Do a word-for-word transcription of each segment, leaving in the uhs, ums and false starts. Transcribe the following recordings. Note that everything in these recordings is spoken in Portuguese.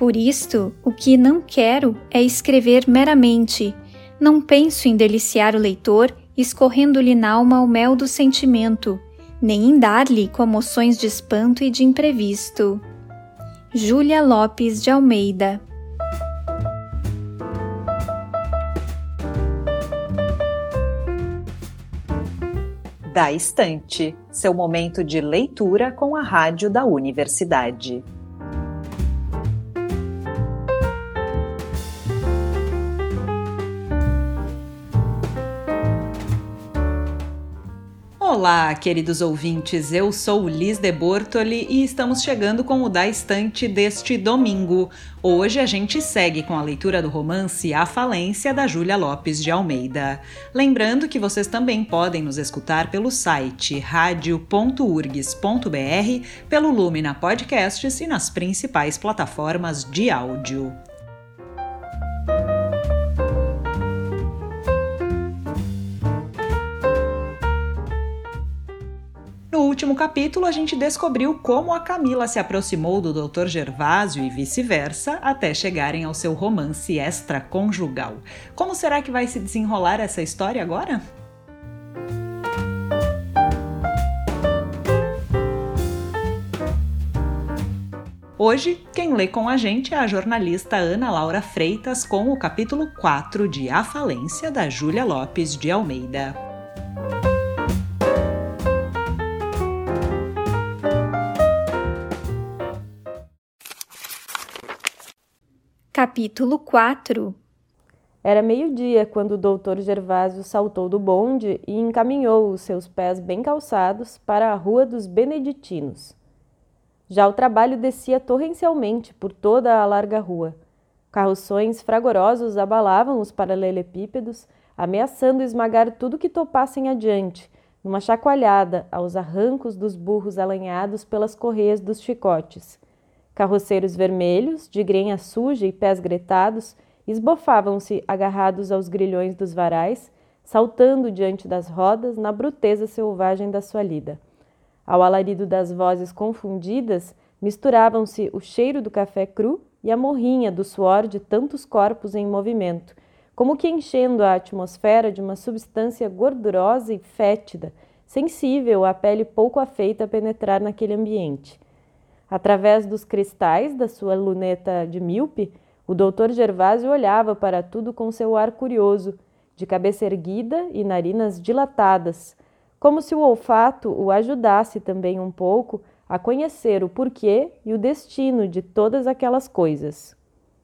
Por isto, o que não quero é escrever meramente. Não penso em deliciar o leitor, escorrendo-lhe n'alma o mel do sentimento, nem em dar-lhe comoções de espanto e de imprevisto. Júlia Lopes de Almeida. Da Estante, seu momento de leitura com a rádio da universidade. Olá, queridos ouvintes, eu sou Liz de Bortoli e estamos chegando com o Da Estante deste domingo. Hoje a gente segue com a leitura do romance A Falência, da Júlia Lopes de Almeida. Lembrando que vocês também podem nos escutar pelo site radio ponto urgs ponto br, pelo Lumina Podcasts e nas principais plataformas de áudio. No último capítulo, a gente descobriu como a Camila se aproximou do doutor Gervásio e vice-versa, até chegarem ao seu romance extraconjugal. Como será que vai se desenrolar essa história agora? Hoje, quem lê com a gente é a jornalista Ana Laura Freitas com o capítulo quatro de A Falência, da Júlia Lopes de Almeida. Capítulo quatro. Era meio-dia quando o doutor Gervásio saltou do bonde e encaminhou os seus pés bem calçados para a Rua dos Beneditinos. Já o trabalho descia torrencialmente por toda a larga rua. Carroções fragorosos abalavam os paralelepípedos, ameaçando esmagar tudo que topassem adiante, numa chacoalhada aos arrancos dos burros alanhados pelas correias dos chicotes. Carroceiros vermelhos, de grenha suja e pés gretados, esbofavam-se agarrados aos grilhões dos varais, saltando diante das rodas na bruteza selvagem da sua lida. Ao alarido das vozes confundidas, misturavam-se o cheiro do café cru e a morrinha do suor de tantos corpos em movimento, como que enchendo a atmosfera de uma substância gordurosa e fétida, sensível à pele pouco afeita a penetrar naquele ambiente. Através dos cristais da sua luneta de míope, o doutor Gervásio olhava para tudo com seu ar curioso, de cabeça erguida e narinas dilatadas, como se o olfato o ajudasse também um pouco a conhecer o porquê e o destino de todas aquelas coisas.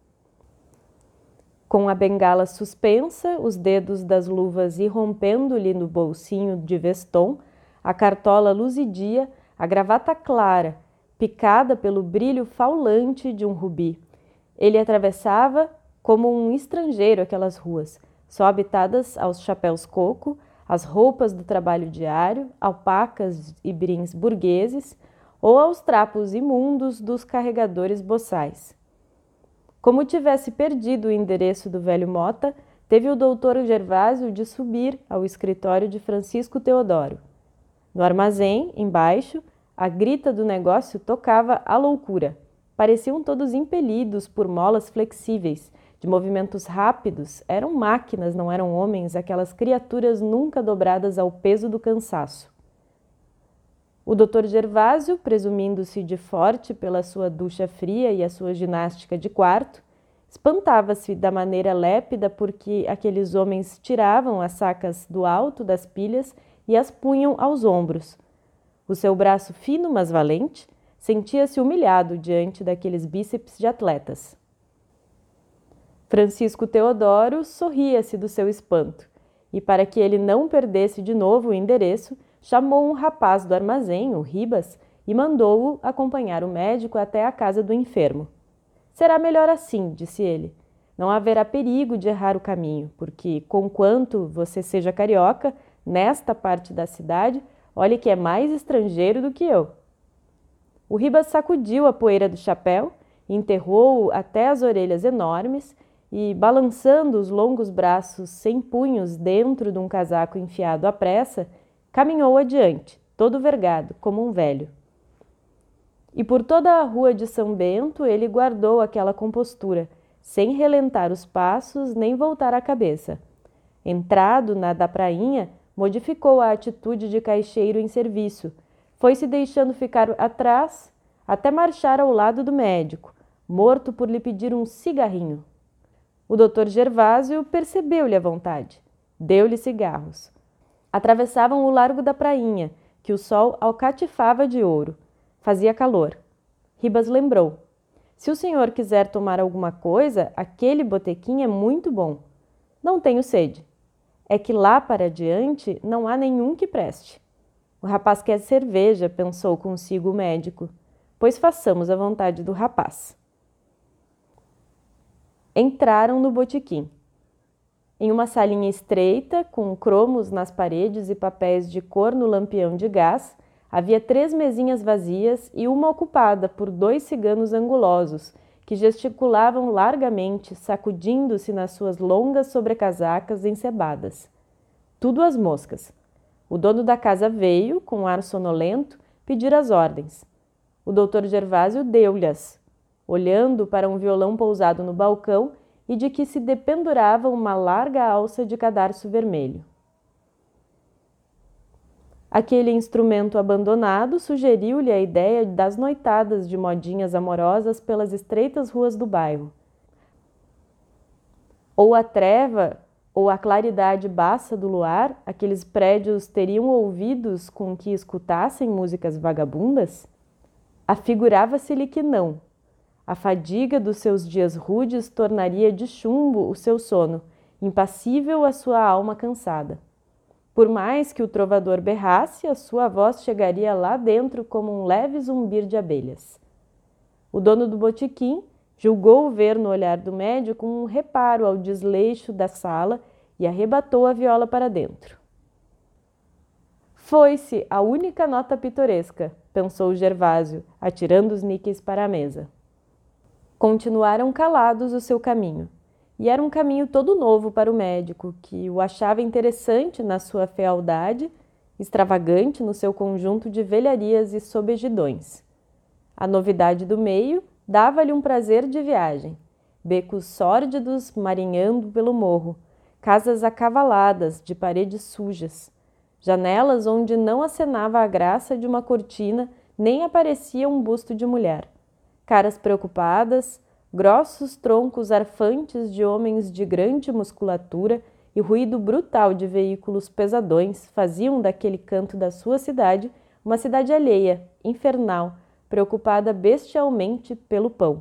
Com a bengala suspensa, os dedos das luvas irrompendo-lhe no bolsinho de veston, a cartola luzidia, a gravata clara, picada pelo brilho faulante de um rubi. Ele atravessava como um estrangeiro aquelas ruas, só habitadas aos chapéus coco, às roupas do trabalho diário, alpacas e brins burgueses, ou aos trapos imundos dos carregadores boçais. Como tivesse perdido o endereço do velho Mota, teve o doutor Gervásio de subir ao escritório de Francisco Teodoro. No armazém, embaixo, a grita do negócio tocava a loucura. Pareciam todos impelidos por molas flexíveis, de movimentos rápidos. Eram máquinas, não eram homens, aquelas criaturas nunca dobradas ao peso do cansaço. O doutor Gervásio, presumindo-se de forte pela sua ducha fria e a sua ginástica de quarto, espantava-se da maneira lépida porque aqueles homens tiravam as sacas do alto das pilhas e as punham aos ombros. O seu braço fino, mas valente, sentia-se humilhado diante daqueles bíceps de atletas. Francisco Teodoro sorria-se do seu espanto, e para que ele não perdesse de novo o endereço, chamou um rapaz do armazém, o Ribas, e mandou-o acompanhar o médico até a casa do enfermo. Será melhor assim, disse ele. Não haverá perigo de errar o caminho, porque, conquanto você seja carioca, nesta parte da cidade, olhe que é mais estrangeiro do que eu. O Ribas sacudiu a poeira do chapéu, enterrou-o até as orelhas enormes e, balançando os longos braços sem punhos dentro de um casaco enfiado à pressa, caminhou adiante, todo vergado, como um velho. E por toda a rua de São Bento ele guardou aquela compostura, sem relentar os passos nem voltar a cabeça. Entrado na da prainha, modificou a atitude de caixeiro em serviço, foi se deixando ficar atrás até marchar ao lado do médico, morto por lhe pedir um cigarrinho. O doutor Gervásio percebeu-lhe a vontade, deu-lhe cigarros. Atravessavam o largo da prainha, que o sol alcatifava de ouro. Fazia calor. Ribas lembrou: se o senhor quiser tomar alguma coisa, aquele botequim é muito bom. Não tenho sede. É que lá para adiante não há nenhum que preste. O rapaz quer cerveja, pensou consigo o médico, pois façamos a vontade do rapaz. Entraram no botequim. Em uma salinha estreita, com cromos nas paredes e papéis de cor no lampião de gás, havia três mesinhas vazias e uma ocupada por dois ciganos angulosos, que gesticulavam largamente, sacudindo-se nas suas longas sobrecasacas encebadas. Tudo às moscas. O dono da casa veio, com ar sonolento, pedir as ordens. O doutor Gervásio deu-lhas, olhando para um violão pousado no balcão e de que se dependurava uma larga alça de cadarço vermelho. Aquele instrumento abandonado sugeriu-lhe a ideia das noitadas de modinhas amorosas pelas estreitas ruas do bairro. Ou a treva, ou a claridade baça do luar, aqueles prédios teriam ouvidos com que escutassem músicas vagabundas? Afigurava-se-lhe que não. A fadiga dos seus dias rudes tornaria de chumbo o seu sono, impassível a sua alma cansada. Por mais que o trovador berrasse, a sua voz chegaria lá dentro como um leve zumbir de abelhas. O dono do botequim julgou ver no olhar do médico um reparo ao desleixo da sala e arrebatou a viola para dentro. Foi-se a única nota pitoresca, pensou Gervásio, atirando os níqueis para a mesa. Continuaram calados o seu caminho. E era um caminho todo novo para o médico, que o achava interessante na sua fealdade, extravagante no seu conjunto de velharias e sobejidões. A novidade do meio dava-lhe um prazer de viagem, becos sórdidos marinhando pelo morro, casas acavaladas de paredes sujas, janelas onde não acenava a graça de uma cortina nem aparecia um busto de mulher, caras preocupadas, grossos troncos arfantes de homens de grande musculatura e ruído brutal de veículos pesadões faziam daquele canto da sua cidade uma cidade alheia, infernal, preocupada bestialmente pelo pão.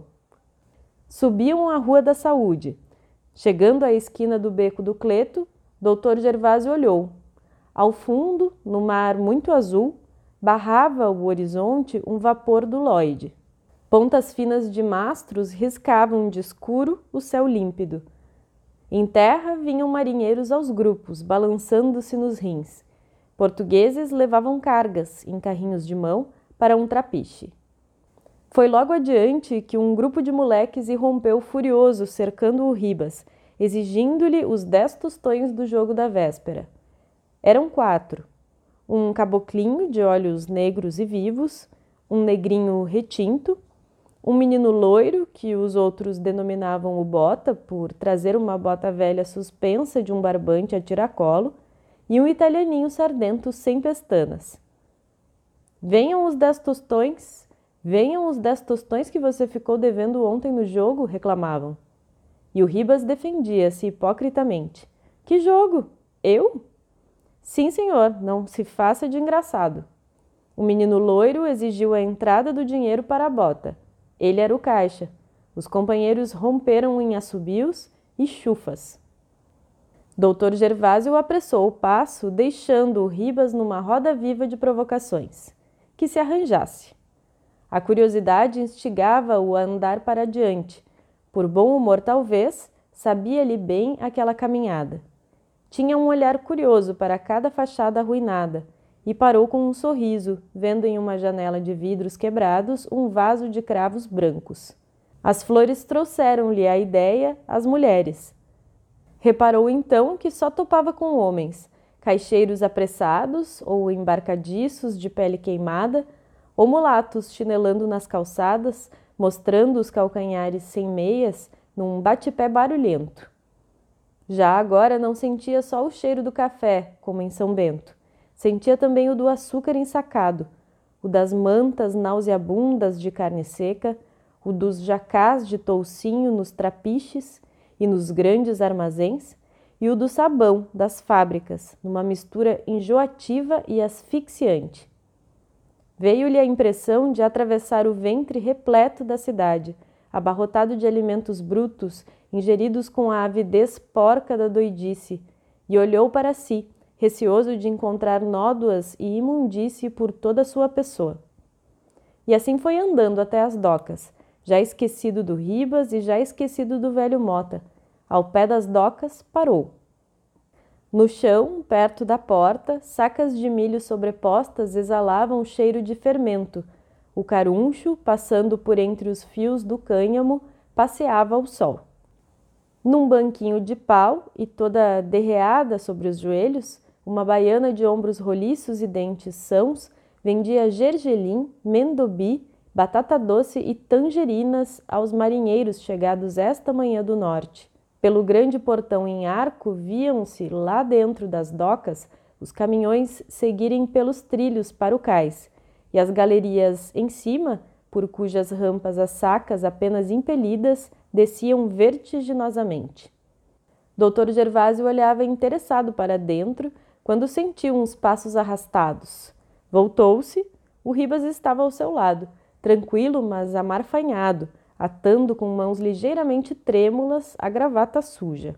Subiam a Rua da Saúde. Chegando à esquina do Beco do Cleto, doutor Gervásio olhou. Ao fundo, no mar muito azul, barrava o horizonte um vapor do Lloyd. Pontas finas de mastros riscavam de escuro o céu límpido. Em terra vinham marinheiros aos grupos, balançando-se nos rins. Portugueses levavam cargas, em carrinhos de mão, para um trapiche. Foi logo adiante que um grupo de moleques irrompeu furioso, cercando o Ribas, exigindo-lhe os dez tostões do jogo da véspera. Eram quatro. Um caboclinho de olhos negros e vivos, um negrinho retinto, um menino loiro, que os outros denominavam o Bota, por trazer uma bota velha suspensa de um barbante a tiracolo, e um italianinho sardento sem pestanas. Venham os dez tostões, venham os dez tostões que você ficou devendo ontem no jogo, reclamavam. E o Ribas defendia-se hipocritamente. Que jogo? Eu? Sim, senhor, não se faça de engraçado. O menino loiro exigiu a entrada do dinheiro para a bota. Ele era o caixa. Os companheiros romperam em assobios e chufas. Doutor Gervásio apressou o passo, deixando o Ribas numa roda viva de provocações. Que se arranjasse. A curiosidade instigava-o a andar para adiante. Por bom humor, talvez, sabia-lhe bem aquela caminhada. Tinha um olhar curioso para cada fachada arruinada, e parou com um sorriso, vendo em uma janela de vidros quebrados um vaso de cravos brancos. As flores trouxeram-lhe a ideia as mulheres. Reparou então que só topava com homens, caixeiros apressados ou embarcadiços de pele queimada, ou mulatos chinelando nas calçadas, mostrando os calcanhares sem meias num bate-pé barulhento. Já agora não sentia só o cheiro do café, como em São Bento. Sentia também o do açúcar ensacado, o das mantas nauseabundas de carne seca, o dos jacás de toucinho nos trapiches e nos grandes armazéns, e o do sabão das fábricas, numa mistura enjoativa e asfixiante. Veio-lhe a impressão de atravessar o ventre repleto da cidade, abarrotado de alimentos brutos, ingeridos com a avidez porca da doidice, e olhou para si, receoso de encontrar nódoas e imundície por toda a sua pessoa. E assim foi andando até as docas, já esquecido do Ribas e já esquecido do velho Mota. Ao pé das docas, parou. No chão, perto da porta, sacas de milho sobrepostas exalavam cheiro de fermento. O caruncho, passando por entre os fios do cânhamo, passeava ao sol. Num banquinho de pau e toda derreada sobre os joelhos, uma baiana de ombros roliços e dentes sãos vendia gergelim, mendobi, batata doce e tangerinas aos marinheiros chegados esta manhã do norte. Pelo grande portão em arco, viam-se, lá dentro das docas, os caminhões seguirem pelos trilhos para o cais, e as galerias em cima, por cujas rampas as sacas, apenas impelidas, desciam vertiginosamente. doutor Gervásio olhava interessado para dentro, quando sentiu uns passos arrastados. Voltou-se, o Ribas estava ao seu lado, tranquilo, mas amarfanhado, atando com mãos ligeiramente trêmulas a gravata suja.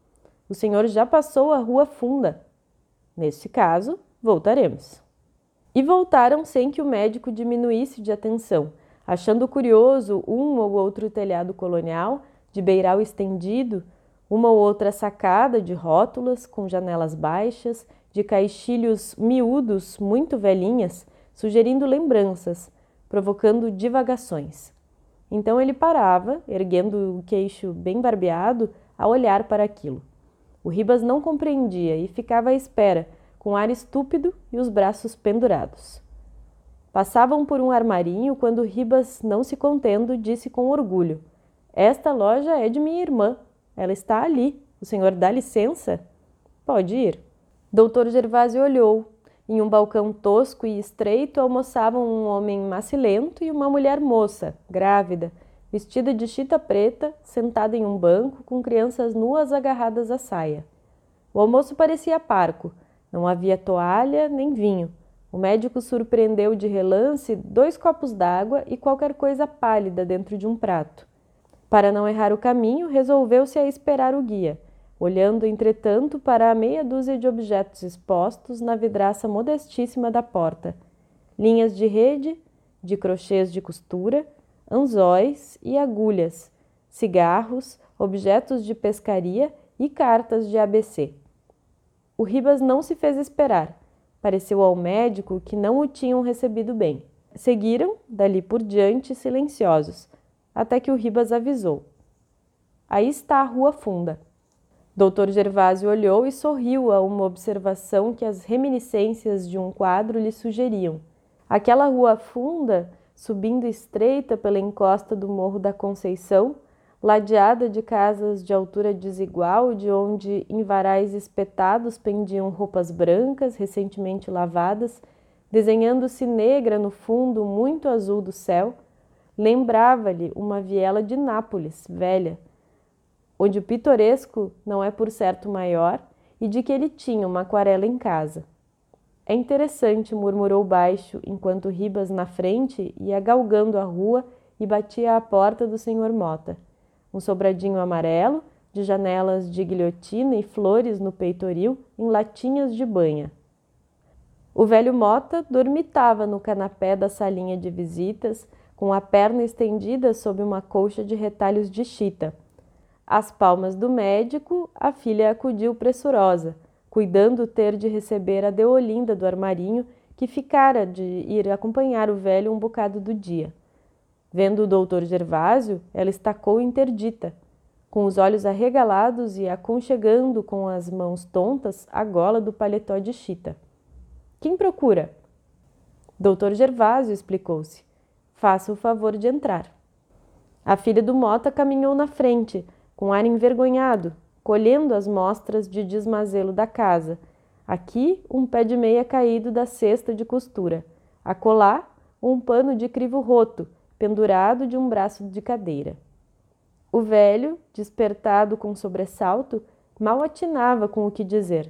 O senhor já passou a Rua Funda. Neste caso, voltaremos. E voltaram sem que o médico diminuísse de atenção, achando curioso um ou outro telhado colonial, de beiral estendido, uma ou outra sacada de rótulas com janelas baixas, de caixilhos miúdos muito velhinhas, sugerindo lembranças, provocando divagações. Então ele parava, erguendo o queixo bem barbeado, a olhar para aquilo. O Ribas não compreendia e ficava à espera, com ar estúpido e os braços pendurados. Passavam por um armarinho quando Ribas, não se contendo, disse com orgulho: "Esta loja é de minha irmã. Ela está ali. O senhor dá licença? Pode ir." doutor Gervásio olhou. Em um balcão tosco e estreito almoçavam um homem macilento e uma mulher moça, grávida, vestida de chita preta, sentada em um banco com crianças nuas agarradas à saia. O almoço parecia parco. Não havia toalha nem vinho. O médico surpreendeu de relance dois copos d'água e qualquer coisa pálida dentro de um prato. Para não errar o caminho, resolveu-se a esperar o guia, olhando, entretanto, para a meia dúzia de objetos expostos na vidraça modestíssima da porta. Linhas de rede, de crochês de costura, anzóis e agulhas, cigarros, objetos de pescaria e cartas de A B C. O Ribas não se fez esperar. Pareceu ao médico que não o tinham recebido bem. Seguiram, dali por diante, silenciosos, até que o Ribas avisou: "Aí está a Rua Funda." doutor Gervásio olhou e sorriu a uma observação que as reminiscências de um quadro lhe sugeriam. Aquela Rua Funda, subindo estreita pela encosta do Morro da Conceição, ladeada de casas de altura desigual, de onde em varais espetados pendiam roupas brancas, recentemente lavadas, desenhando-se negra no fundo muito azul do céu, lembrava-lhe uma viela de Nápoles, velha, onde o pitoresco não é por certo maior e de que ele tinha uma aquarela em casa. "É interessante", murmurou baixo, enquanto Ribas, na frente, ia galgando a rua e batia à porta do senhor Mota. Um sobradinho amarelo, de janelas de guilhotina e flores no peitoril em latinhas de banha. O velho Mota dormitava no canapé da salinha de visitas, com a perna estendida sob uma colcha de retalhos de chita. Às palmas do médico, a filha acudiu pressurosa, cuidando ter de receber a Deolinda do armarinho, que ficara de ir acompanhar o velho um bocado do dia. Vendo o doutor Gervásio, ela estacou interdita, com os olhos arregalados e aconchegando com as mãos tontas a gola do paletó de chita. "Quem procura?" doutor Gervásio, explicou-se. Faça o favor de entrar. A filha do Mota caminhou na frente, com ar envergonhado, colhendo as mostras de desmazelo da casa. Aqui, um pé de meia caído da cesta de costura. Acolá, um pano de crivo roto, pendurado de um braço de cadeira. O velho, despertado com sobressalto, mal atinava com o que dizer.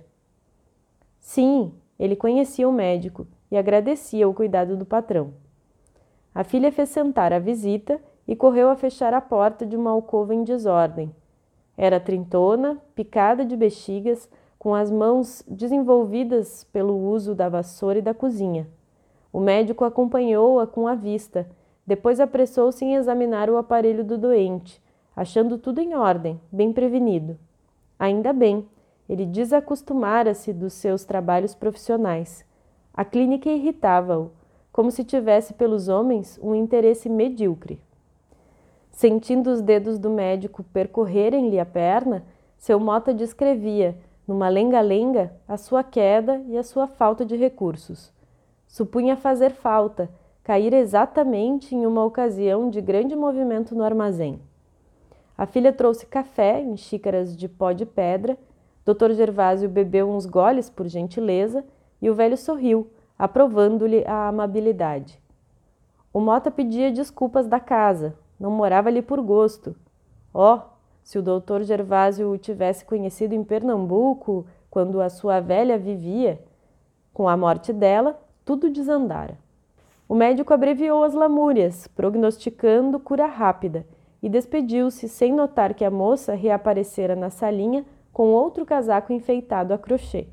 Sim, ele conhecia o médico e agradecia o cuidado do patrão. A filha fez sentar a visita e correu a fechar a porta de uma alcova em desordem. Era trintona, picada de bexigas, com as mãos desenvolvidas pelo uso da vassoura e da cozinha. O médico acompanhou-a com a vista, depois apressou-se em examinar o aparelho do doente, achando tudo em ordem, bem prevenido. Ainda bem, ele desacostumara-se dos seus trabalhos profissionais. A clínica irritava-o, como se tivesse pelos homens um interesse medíocre. Sentindo os dedos do médico percorrerem-lhe a perna, seu Mota descrevia, numa lenga-lenga, a sua queda e a sua falta de recursos. Supunha fazer falta, cair exatamente em uma ocasião de grande movimento no armazém. A filha trouxe café em xícaras de pó de pedra, doutor Gervásio bebeu uns goles por gentileza e o velho sorriu, aprovando-lhe a amabilidade. O Mota pedia desculpas da casa, não morava ali por gosto. Oh, se o doutor Gervásio o tivesse conhecido em Pernambuco, quando a sua velha vivia, com a morte dela, tudo desandara. O médico abreviou as lamúrias, prognosticando cura rápida, e despediu-se sem notar que a moça reaparecera na salinha com outro casaco enfeitado a crochê.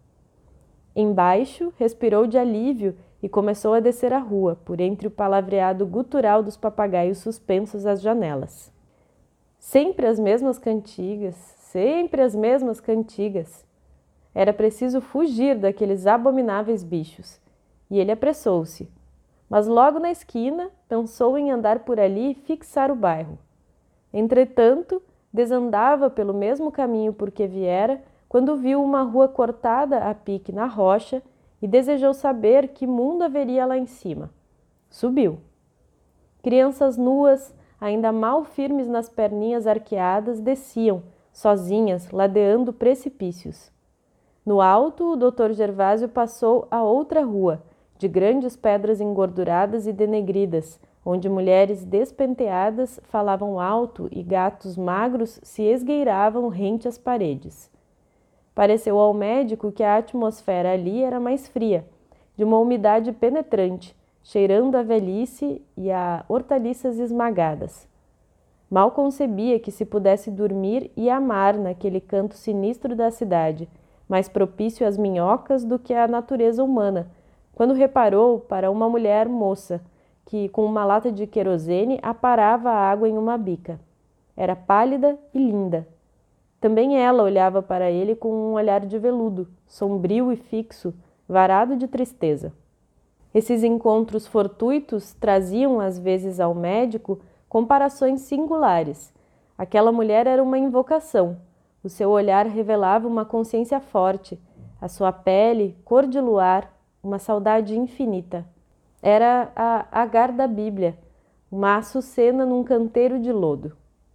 Embaixo, respirou de alívio e começou a descer a rua, por entre o palavreado gutural dos papagaios suspensos às janelas. Sempre as mesmas cantigas, sempre as mesmas cantigas. Era preciso fugir daqueles abomináveis bichos, e ele apressou-se. Mas logo na esquina pensou em andar por ali e fixar o bairro. Entretanto, desandava pelo mesmo caminho por que viera, quando viu uma rua cortada a pique na rocha e desejou saber que mundo haveria lá em cima. Subiu. Crianças nuas, ainda mal firmes nas perninhas arqueadas, desciam, sozinhas, ladeando precipícios. No alto, o doutor Gervásio passou a outra rua, de grandes pedras engorduradas e denegridas, onde mulheres despenteadas falavam alto e gatos magros se esgueiravam rente às paredes. Pareceu ao médico que a atmosfera ali era mais fria, de uma umidade penetrante, cheirando a velhice e a hortaliças esmagadas. Mal concebia que se pudesse dormir e amar naquele canto sinistro da cidade, mais propício às minhocas do que à natureza humana, quando reparou para uma mulher moça, que com uma lata de querosene aparava a água em uma bica. Era pálida e linda. Também ela olhava para ele com um olhar de veludo, sombrio e fixo, varado de tristeza. Esses encontros fortuitos traziam às vezes ao médico comparações singulares. Aquela mulher era uma invocação. O seu olhar revelava uma consciência forte, a sua pele, cor de luar, uma saudade infinita. Era a Agar da Bíblia, uma açucena num canteiro de lodo.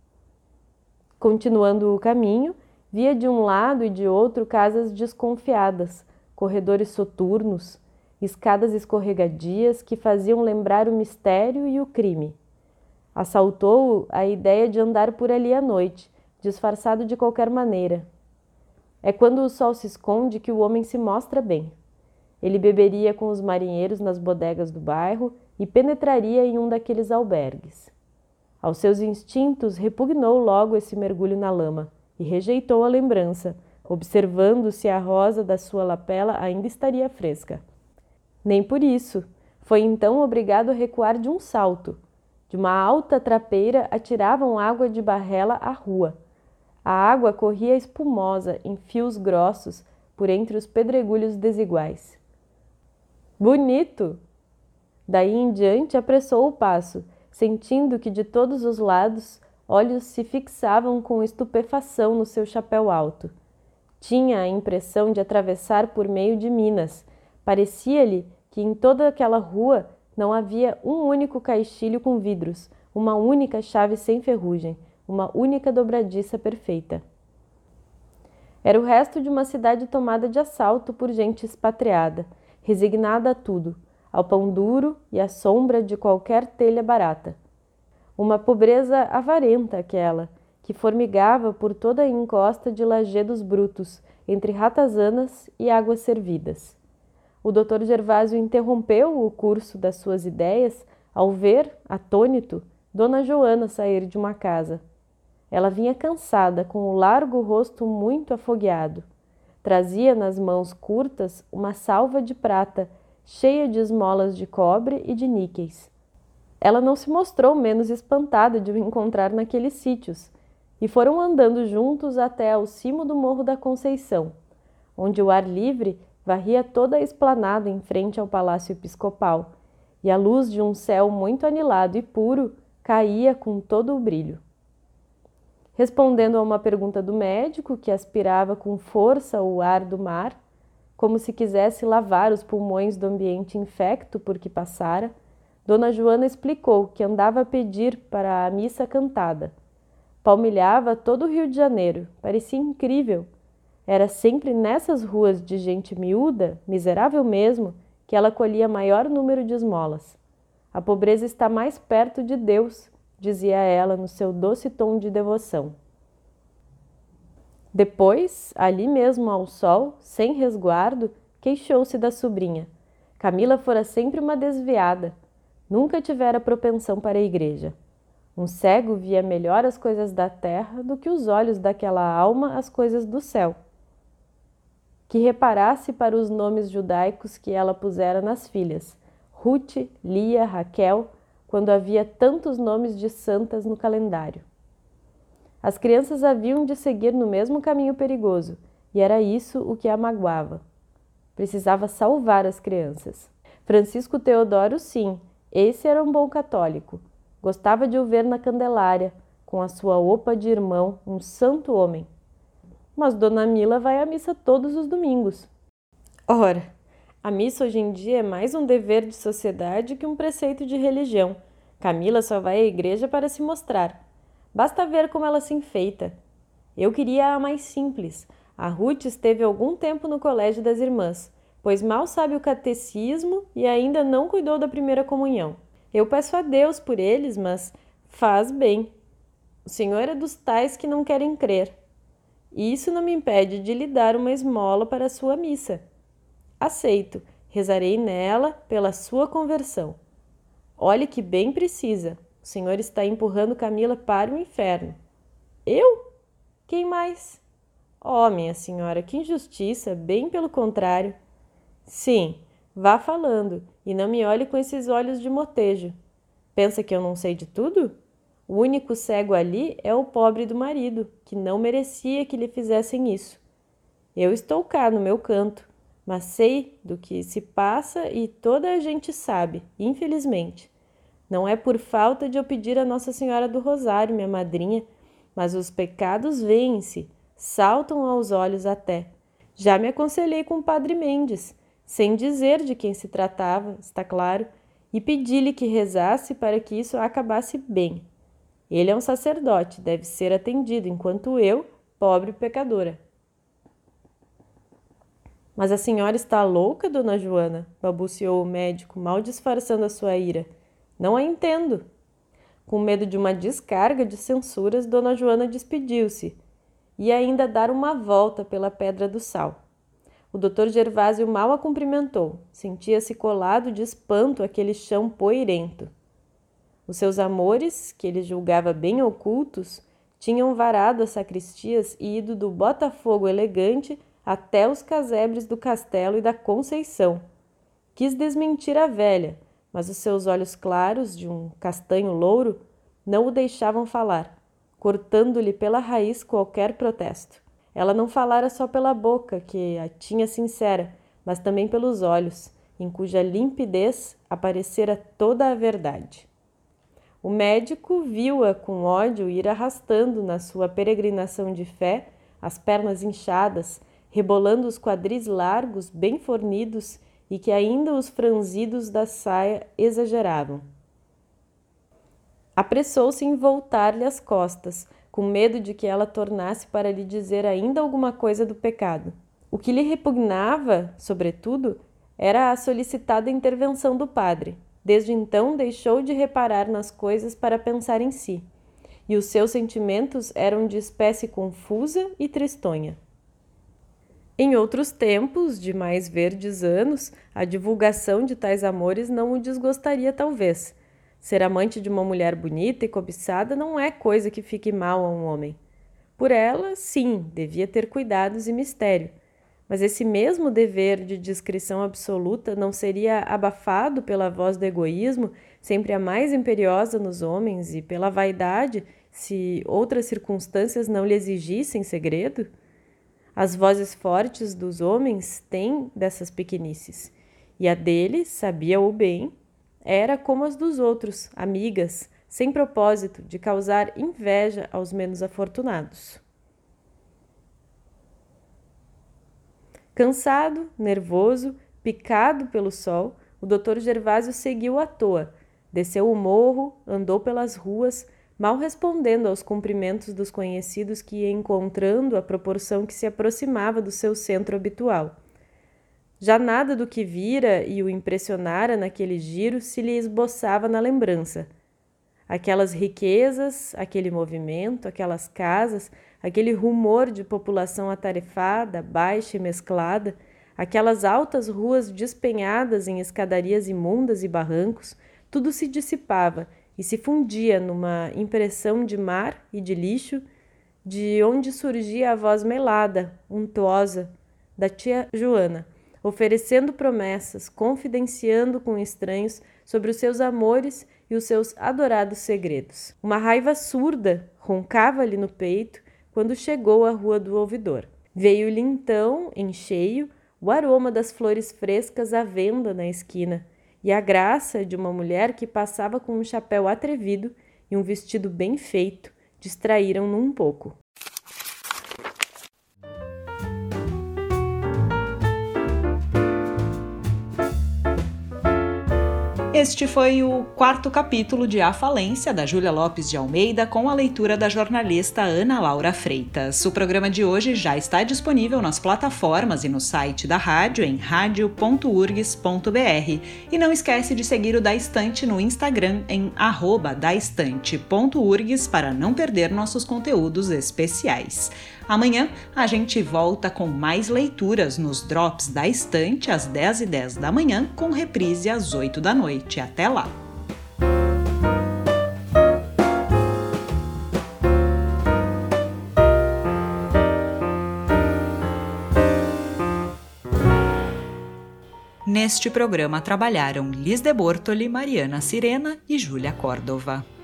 Continuando o caminho, via de um lado e de outro casas desconfiadas, corredores soturnos, escadas escorregadias que faziam lembrar o mistério e o crime. Assaltou-o a ideia de andar por ali à noite, disfarçado de qualquer maneira. É quando o sol se esconde que o homem se mostra bem. Ele beberia com os marinheiros nas bodegas do bairro e penetraria em um daqueles albergues. Aos seus instintos repugnou logo esse mergulho na lama e rejeitou a lembrança, observando se a rosa da sua lapela ainda estaria fresca. Nem por isso. Foi então obrigado a recuar de um salto. De uma alta trapeira atiravam água de barrela à rua. A água corria espumosa em fios grossos por entre os pedregulhos desiguais. Bonito! Daí em diante apressou o passo, sentindo que de todos os lados olhos se fixavam com estupefação no seu chapéu alto. Tinha a impressão de atravessar por meio de Minas. Parecia-lhe que em toda aquela rua não havia um único caixilho com vidros, uma única chave sem ferrugem, uma única dobradiça perfeita. Era o resto de uma cidade tomada de assalto por gente expatriada, resignada a tudo, ao pão duro e à sombra de qualquer telha barata. Uma pobreza avarenta aquela, que formigava por toda a encosta de lajedos brutos, entre ratazanas e águas servidas. O doutor Gervásio interrompeu o curso das suas ideias ao ver, atônito, Dona Joana sair de uma casa. Ela vinha cansada, com o largo rosto muito afogueado. Trazia nas mãos curtas uma salva de prata, cheia de esmolas de cobre e de níqueis. Ela não se mostrou menos espantada de o encontrar naqueles sítios, e foram andando juntos até ao cimo do Morro da Conceição, onde o ar livre varria toda a esplanada em frente ao Palácio Episcopal, e a luz de um céu muito anilado e puro caía com todo o brilho. Respondendo a uma pergunta do médico, que aspirava com força o ar do mar, como se quisesse lavar os pulmões do ambiente infecto por que passara, Dona Joana explicou que andava a pedir para a missa cantada. Palmilhava todo o Rio de Janeiro, parecia incrível. Era sempre nessas ruas de gente miúda, miserável mesmo, que ela colhia maior número de esmolas. A pobreza está mais perto de Deus, dizia ela no seu doce tom de devoção. Depois, ali mesmo ao sol, sem resguardo, queixou-se da sobrinha. Camila fora sempre uma desviada. Nunca tivera propensão para a igreja. Um cego via melhor as coisas da terra do que os olhos daquela alma as coisas do céu. Que reparasse para os nomes judaicos que ela pusera nas filhas, Ruth, Lia, Raquel, quando havia tantos nomes de santas no calendário. As crianças haviam de seguir no mesmo caminho perigoso, e era isso o que a magoava. Precisava salvar as crianças. Francisco Teodoro, sim, esse era um bom católico. Gostava de o ver na Candelária, com a sua opa de irmão, um santo homem. Mas Dona Mila vai à missa todos os domingos. Ora, a missa hoje em dia é mais um dever de sociedade que um preceito de religião. Camila só vai à igreja para se mostrar. Basta ver como ela se enfeita. Eu queria a mais simples. A Ruth esteve algum tempo no colégio das irmãs, pois mal sabe o catecismo e ainda não cuidou da primeira comunhão. Eu peço a Deus por eles, mas faz bem. O Senhor é dos tais que não querem crer. E isso não me impede de lhe dar uma esmola para a sua missa. Aceito, rezarei nela pela sua conversão. Olhe que bem precisa. O Senhor está empurrando Camila para o inferno. Eu? Quem mais? Oh, minha senhora, que injustiça, bem pelo contrário. Sim, vá falando, e não me olhe com esses olhos de motejo. Pensa que eu não sei de tudo? O único cego ali é o pobre do marido, que não merecia que lhe fizessem isso. Eu estou cá no meu canto, mas sei do que se passa e toda a gente sabe, infelizmente. Não é por falta de eu pedir a Nossa Senhora do Rosário, minha madrinha, mas os pecados vêm-se, saltam aos olhos até. Já me aconselhei com o padre Mendes, sem dizer de quem se tratava, está claro, e pedi-lhe que rezasse para que isso acabasse bem. Ele é um sacerdote, deve ser atendido, enquanto eu, pobre pecadora. Mas a senhora está louca, dona Joana? Balbuciou o médico, mal disfarçando a sua ira. Não a entendo. Com medo de uma descarga de censuras, dona Joana despediu-se. Ia ainda dar uma volta pela Pedra do Sal. O doutor Gervásio mal a cumprimentou. Sentia-se colado de espanto àquele chão poeirento. Os seus amores, que ele julgava bem ocultos, tinham varado as sacristias e ido do Botafogo elegante até os casebres do Castelo e da Conceição. Quis desmentir a velha, mas os seus olhos claros, de um castanho louro, não o deixavam falar, cortando-lhe pela raiz qualquer protesto. Ela não falara só pela boca, que a tinha sincera, mas também pelos olhos, em cuja limpidez aparecera toda a verdade. O médico viu-a com ódio ir arrastando na sua peregrinação de fé as pernas inchadas, rebolando os quadris largos, bem fornidos, e que ainda os franzidos da saia exageravam. Apressou-se em voltar-lhe as costas, com medo de que ela tornasse para lhe dizer ainda alguma coisa do pecado. O que lhe repugnava, sobretudo, era a solicitada intervenção do padre. Desde então deixou de reparar nas coisas para pensar em si, e os seus sentimentos eram de espécie confusa e tristonha. Em outros tempos, de mais verdes anos, a divulgação de tais amores não o desgostaria talvez. Ser amante de uma mulher bonita e cobiçada não é coisa que fique mal a um homem. Por ela, sim, devia ter cuidados e mistério, mas esse mesmo dever de discrição absoluta não seria abafado pela voz do egoísmo, sempre a mais imperiosa nos homens, e pela vaidade, se outras circunstâncias não lhe exigissem segredo? As vozes fortes dos homens têm dessas pequenices, e a dele, sabia-o bem, era como as dos outros, amigas, sem propósito de causar inveja aos menos afortunados. Cansado, nervoso, picado pelo sol, o doutor Gervásio seguiu à toa, desceu o morro, andou pelas ruas, mal respondendo aos cumprimentos dos conhecidos que ia encontrando à proporção que se aproximava do seu centro habitual. Já nada do que vira e o impressionara naquele giro se lhe esboçava na lembrança. Aquelas riquezas, aquele movimento, aquelas casas, aquele rumor de população atarefada, baixa e mesclada, aquelas altas ruas despenhadas em escadarias imundas e barrancos, tudo se dissipava e se fundia numa impressão de mar e de lixo, de onde surgia a voz melada, untuosa, da tia Joana, oferecendo promessas, confidenciando com estranhos sobre os seus amores e os seus adorados segredos. Uma raiva surda roncava-lhe no peito quando chegou à Rua do Ouvidor. Veio-lhe então, em cheio, o aroma das flores frescas à venda na esquina e a graça de uma mulher que passava com um chapéu atrevido e um vestido bem feito distraíram-no um pouco. Este foi o quarto capítulo de A Falência, da Júlia Lopes de Almeida, com a leitura da jornalista Ana Laura Freitas. O programa de hoje já está disponível nas plataformas e no site da rádio em radio ponto urgs ponto br. E não esquece de seguir o Da Estante no Instagram em arroba daestante ponto urgs para não perder nossos conteúdos especiais. Amanhã a gente volta com mais leituras nos Drops da Estante às dez e dez da manhã, com reprise às oito da noite. Até lá! Neste programa trabalharam Liz de Bortoli, Mariana Sirena e Júlia Córdova.